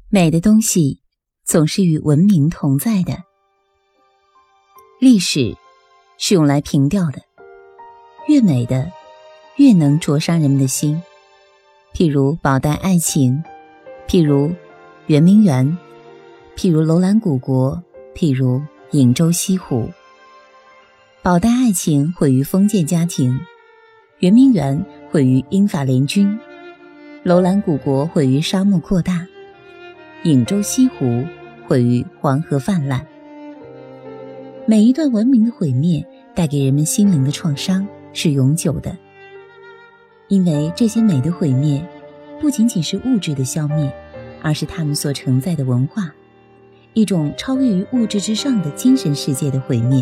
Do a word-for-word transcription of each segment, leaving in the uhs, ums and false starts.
美的东西总是与文明同在的。历史是用来凭吊的，越美的越能灼伤人们的心。譬如宝黛爱情，譬如圆明园，譬如楼兰古国，譬如颍州西湖。宝黛爱情毁于封建家庭，圆明园毁于英法联军，楼兰古国毁于沙漠扩大，颍州西湖毁于黄河泛滥。每一段文明的毁灭带给人们心灵的创伤是永久的，因为这些美的毁灭不仅仅是物质的消灭，而是他们所承载的文化，一种超越于物质之上的精神世界的毁灭。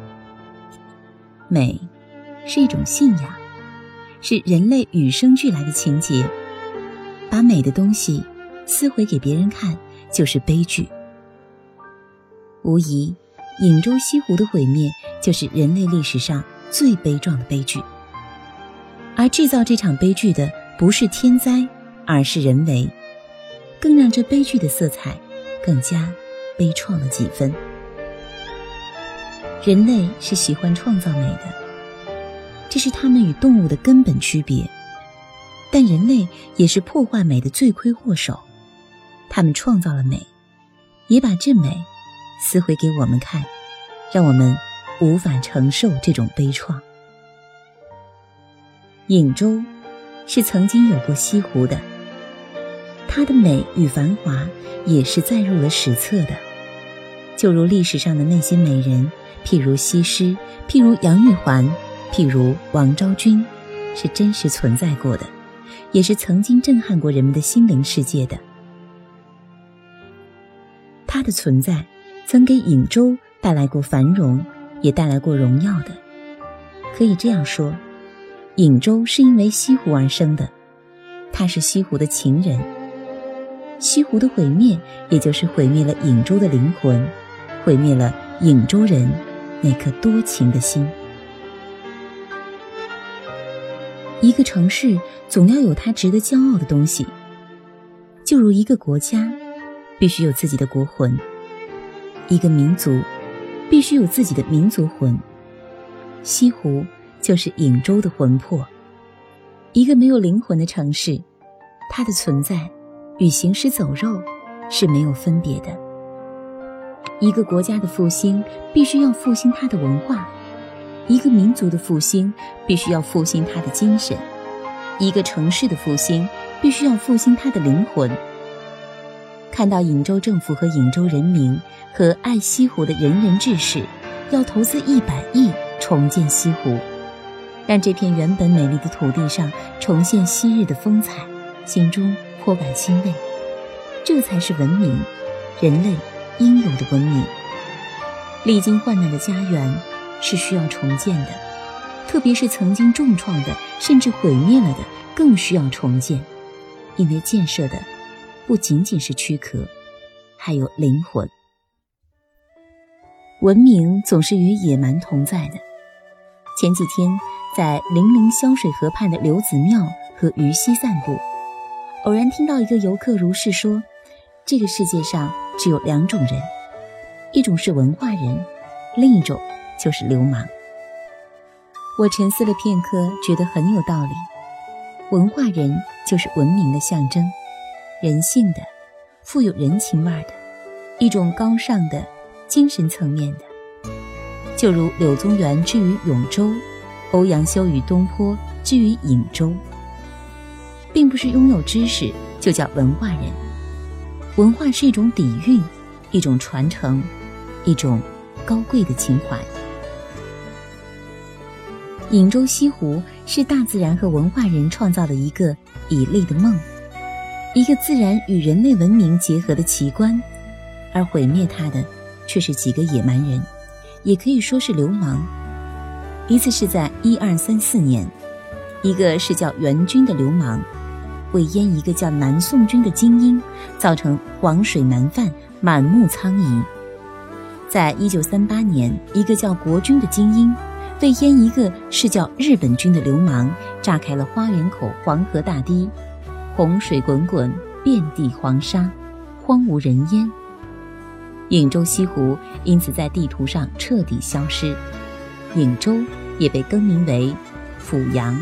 美是一种信仰，是人类与生俱来的情节。把美的东西撕毁给别人看，就是悲剧。无疑，颍州西湖的毁灭就是人类历史上最悲壮的悲剧。而制造这场悲剧的不是天灾，而是人为，更让这悲剧的色彩更加悲怆了几分。人类是喜欢创造美的，这是他们与动物的根本区别。但人类也是破坏美的罪魁祸首，他们创造了美，也把这美撕毁给我们看，让我们无法承受这种悲怆。颍州是曾经有过西湖的，它的美与繁华也是载入了史册的。就如历史上的那些美人，譬如西施，譬如杨玉环，譬如王昭君，是真实存在过的，也是曾经震撼过人们的心灵世界的。它的存在曾给颍州带来过繁荣，也带来过荣耀的。可以这样说，颍州是因为西湖而生的，它是西湖的情人。西湖的毁灭，也就是毁灭了颍州的灵魂，毁灭了颍州人那颗多情的心。一个城市总要有它值得骄傲的东西，就如一个国家必须有自己的国魂，一个民族必须有自己的民族魂。西湖就是颍州的魂魄。一个没有灵魂的城市，它的存在与行尸走肉是没有分别的。一个国家的复兴必须要复兴它的文化，一个民族的复兴必须要复兴它的精神，一个城市的复兴必须要复兴它的灵魂。看到颍州政府和颍州人民和爱西湖的仁人志士要投资一百亿重建西湖，让这片原本美丽的土地上重现昔日的风采，心中颇感欣慰。这才是文明，人类应有的文明。历经患难的家园是需要重建的，特别是曾经重创的甚至毁灭了的更需要重建，因为建设的不仅仅是躯壳，还有灵魂。文明总是与野蛮同在的。前几天在零陵潇水河畔的刘子庙和鱼溪散步，偶然听到一个游客如是说，这个世界上只有两种人，一种是文化人，另一种就是流氓。我沉思了片刻，觉得很有道理。文化人就是文明的象征，人性的，富有人情味的，一种高尚的精神层面的。就如柳宗元之于永州，欧阳修与东坡之于颍州。并不是拥有知识就叫文化人，文化是一种底蕴，一种传承，一种高贵的情怀。颍州西湖是大自然和文化人创造的一个绮丽的梦，一个自然与人类文明结合的奇观，而毁灭它的却是几个野蛮人，也可以说是流氓。一次是在一二三四年，一个是叫袁军的流氓为淹一个叫南宋军的精英，造成黄水南泛，满目苍夷。在一九三八年，一个叫国军的精英为淹一个是叫日本军的流氓，炸开了花园口黄河大堤，洪水滚滚，遍地黄沙， 荒无人烟。颍州西湖因此在地图上彻底消失，颍州也被更名为阜阳。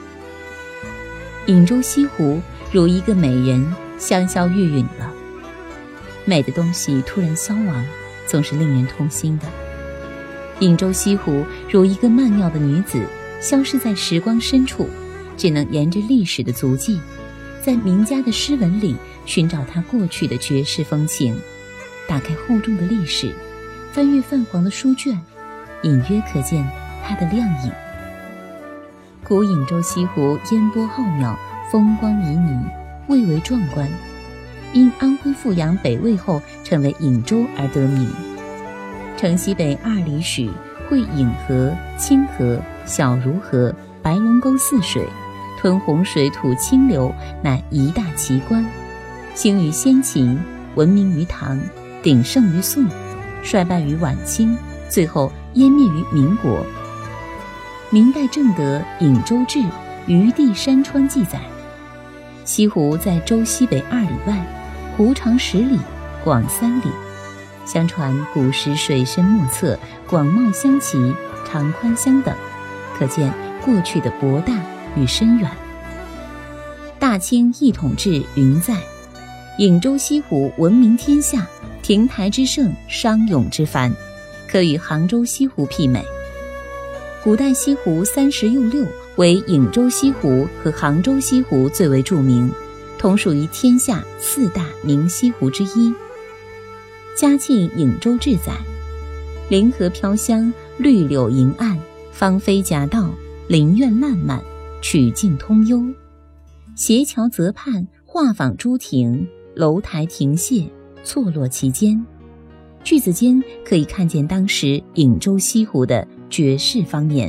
颍州西湖如一个美人香消玉殒了。美的东西突然消亡，总是令人痛心的。颍州西湖如一个曼妙的女子，消失在时光深处，只能沿着历史的足迹，在名家的诗文里寻找她过去的绝世风情。打开厚重的历史，翻阅泛黄的书卷，隐约可见它的亮影。古颍州西湖烟波浩渺，风光旖旎，蔚为壮观，因安徽阜阳北魏后成为颍州而得名。城西北二里许，汇颍河、清河、小如河、白龙沟四水，吞洪水吐清流，乃一大奇观。兴于先秦，闻名于唐，鼎盛于宋，衰败于晚清，最后湮灭于民国。明代正德《颍州志·余地山川》记载，西湖在州西北二里外，湖长十里，广三里。相传古时水深莫测，广袤相齐，长宽相等，可见过去的博大与深远。大清一统志云载，颍州西湖闻名天下，亭台之盛，商涌之繁，可与杭州西湖媲美。古代西湖三十又六，为颍州西湖和杭州西湖最为著名，同属于天下四大名西湖之一。嘉庆颍州志载，临河飘香，绿柳迎岸，芳菲夹道，林苑烂漫，曲径通幽。斜桥泽畔，画舫诸亭，楼台亭榭错落其间。句子间可以看见当时颍州西湖的绝世方言。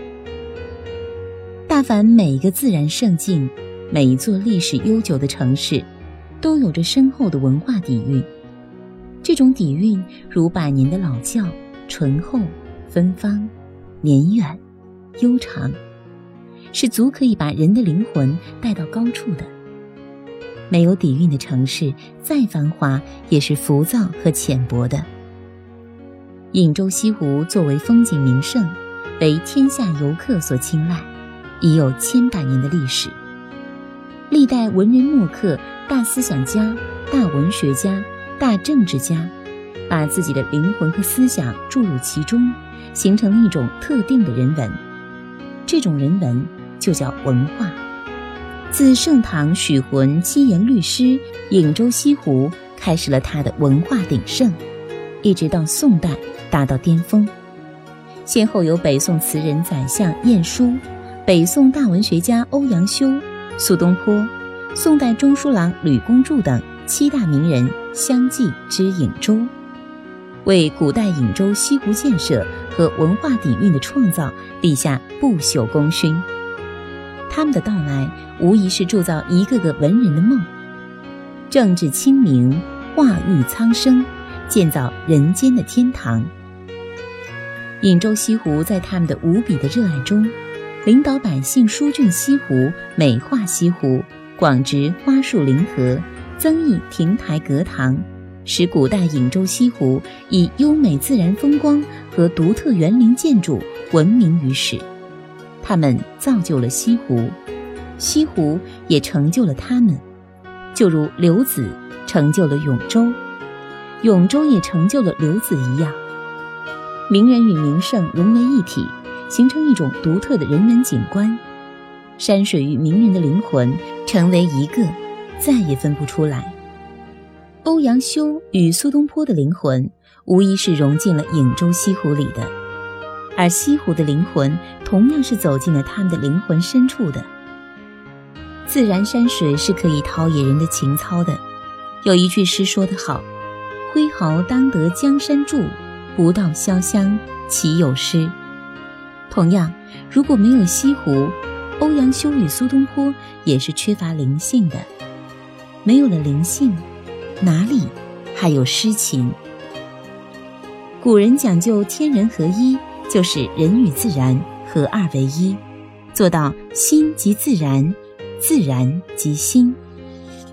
大凡每一个自然胜境，每一座历史悠久的城市，都有着深厚的文化底蕴。这种底蕴如百年的老窖，醇厚、芬芳、绵远、悠长，是足可以把人的灵魂带到高处的。没有底蕴的城市，再繁华也是浮躁和浅薄的。颍州西湖作为风景名胜，为天下游客所青睐，已有千百年的历史。历代文人墨客、大思想家、大文学家、大政治家，把自己的灵魂和思想注入其中，形成了一种特定的人文。这种人文就叫文化。自盛唐许浑七言律诗，颍州西湖开始了它的文化鼎盛，一直到宋代达到巅峰。先后有北宋词人宰相晏殊、北宋大文学家欧阳修、苏东坡、宋代中书郎吕公著等七大名人相继之颍州，为古代颍州西湖建设和文化底蕴的创造立下不朽功勋。他们的到来无疑是铸造一个个文人的梦，政治清明，化育苍生，建造人间的天堂。颍州西湖在他们的无比的热爱中，领导百姓疏浚西湖，美化西湖，广植花树林河，增益亭台阁堂，使古代颍州西湖以优美自然风光和独特园林建筑闻名于世。他们造就了西湖，西湖也成就了他们，就如刘子成就了永州，永州也成就了刘子一样。名人与名胜融为一体，形成一种独特的人文景观。山水与名人的灵魂成为一个，再也分不出来。欧阳修与苏东坡的灵魂无疑是融进了颍州西湖里的，而西湖的灵魂同样是走进了他们的灵魂深处的。自然山水是可以陶冶人的情操的。有一句诗说得好，挥毫当得江山住，不到潇湘岂有诗。同样，如果没有西湖，欧阳修与苏东坡也是缺乏灵性的。没有了灵性，哪里还有诗情？古人讲究天人合一，就是人与自然合二为一，做到心即自然，自然即心。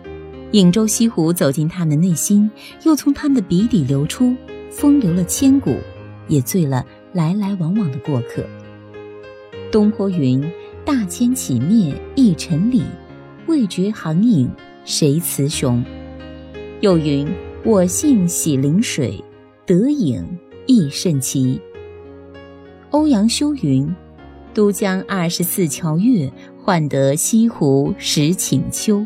颍州西湖走进他们的内心，又从他们的鼻底流出，风流了千古，也醉了来来往往的过客。东坡云：大千起灭一尘里，未觉行影谁雌雄。又云：我幸喜临水，得影亦甚奇。欧阳修云：都江二十四桥月，换得西湖十顷秋。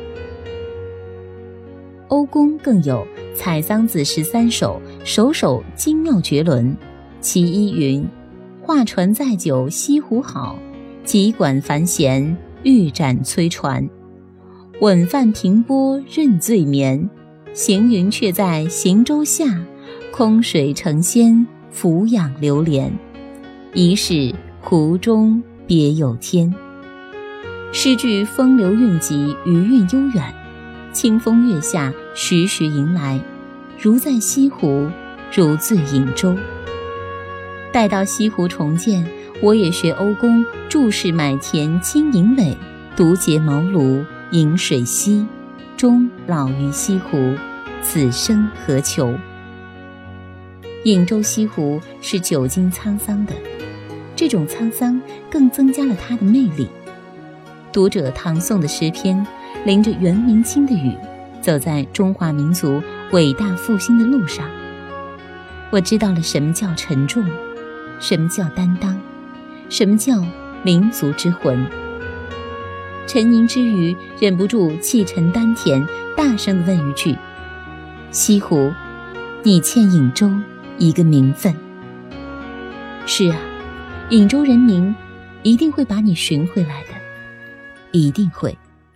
欧公更有采桑子十三首，首首精妙绝伦。其一云：画船载酒西湖好，急管繁弦欲展催船。稳泛平波任醉眠，行云却在行舟下，空水成仙俯仰流连。疑是湖中别有天。诗句风流韵集，余韵悠远，清风月下徐徐迎来，如在西湖，如醉颍州。待到西湖重建，我也学欧公注释买田经营垒，独结茅庐饮水溪，终老于西湖，此生何求。颍州西湖是久经沧桑的，这种沧桑更增加了它的魅力。读者唐宋的诗篇，淋着元明清的雨，走在中华民族伟大复兴的路上。我知道了什么叫沉重，什么叫担当，什么叫民族之魂。沉吟之余，忍不住气沉丹田，大声地问一句：西湖，你欠颍州一个名分。是啊，颍州人民一定会把你寻回来的，一定会。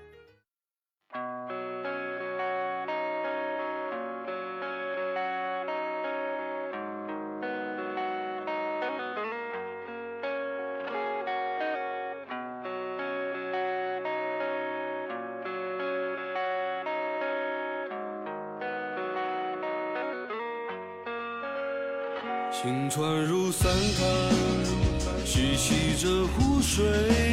晴川入三潭，细细着湖水，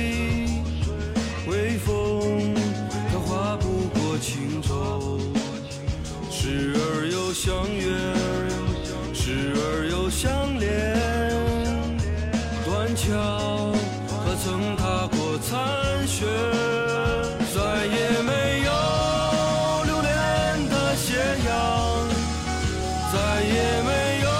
微风它划不过轻舟。时而又相约，时而又相恋，断桥它曾踏过残雪，再也没有留恋的斜阳，再也没有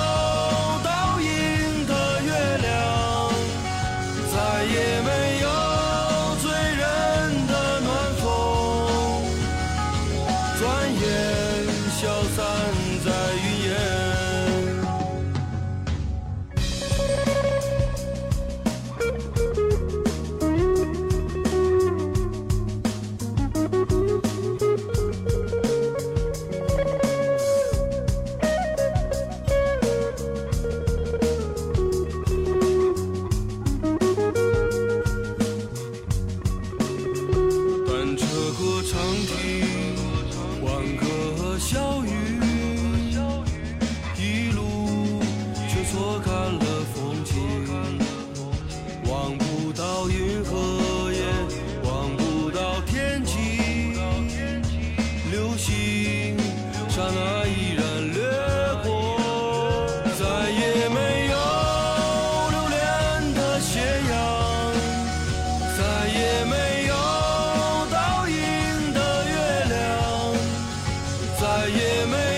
再也没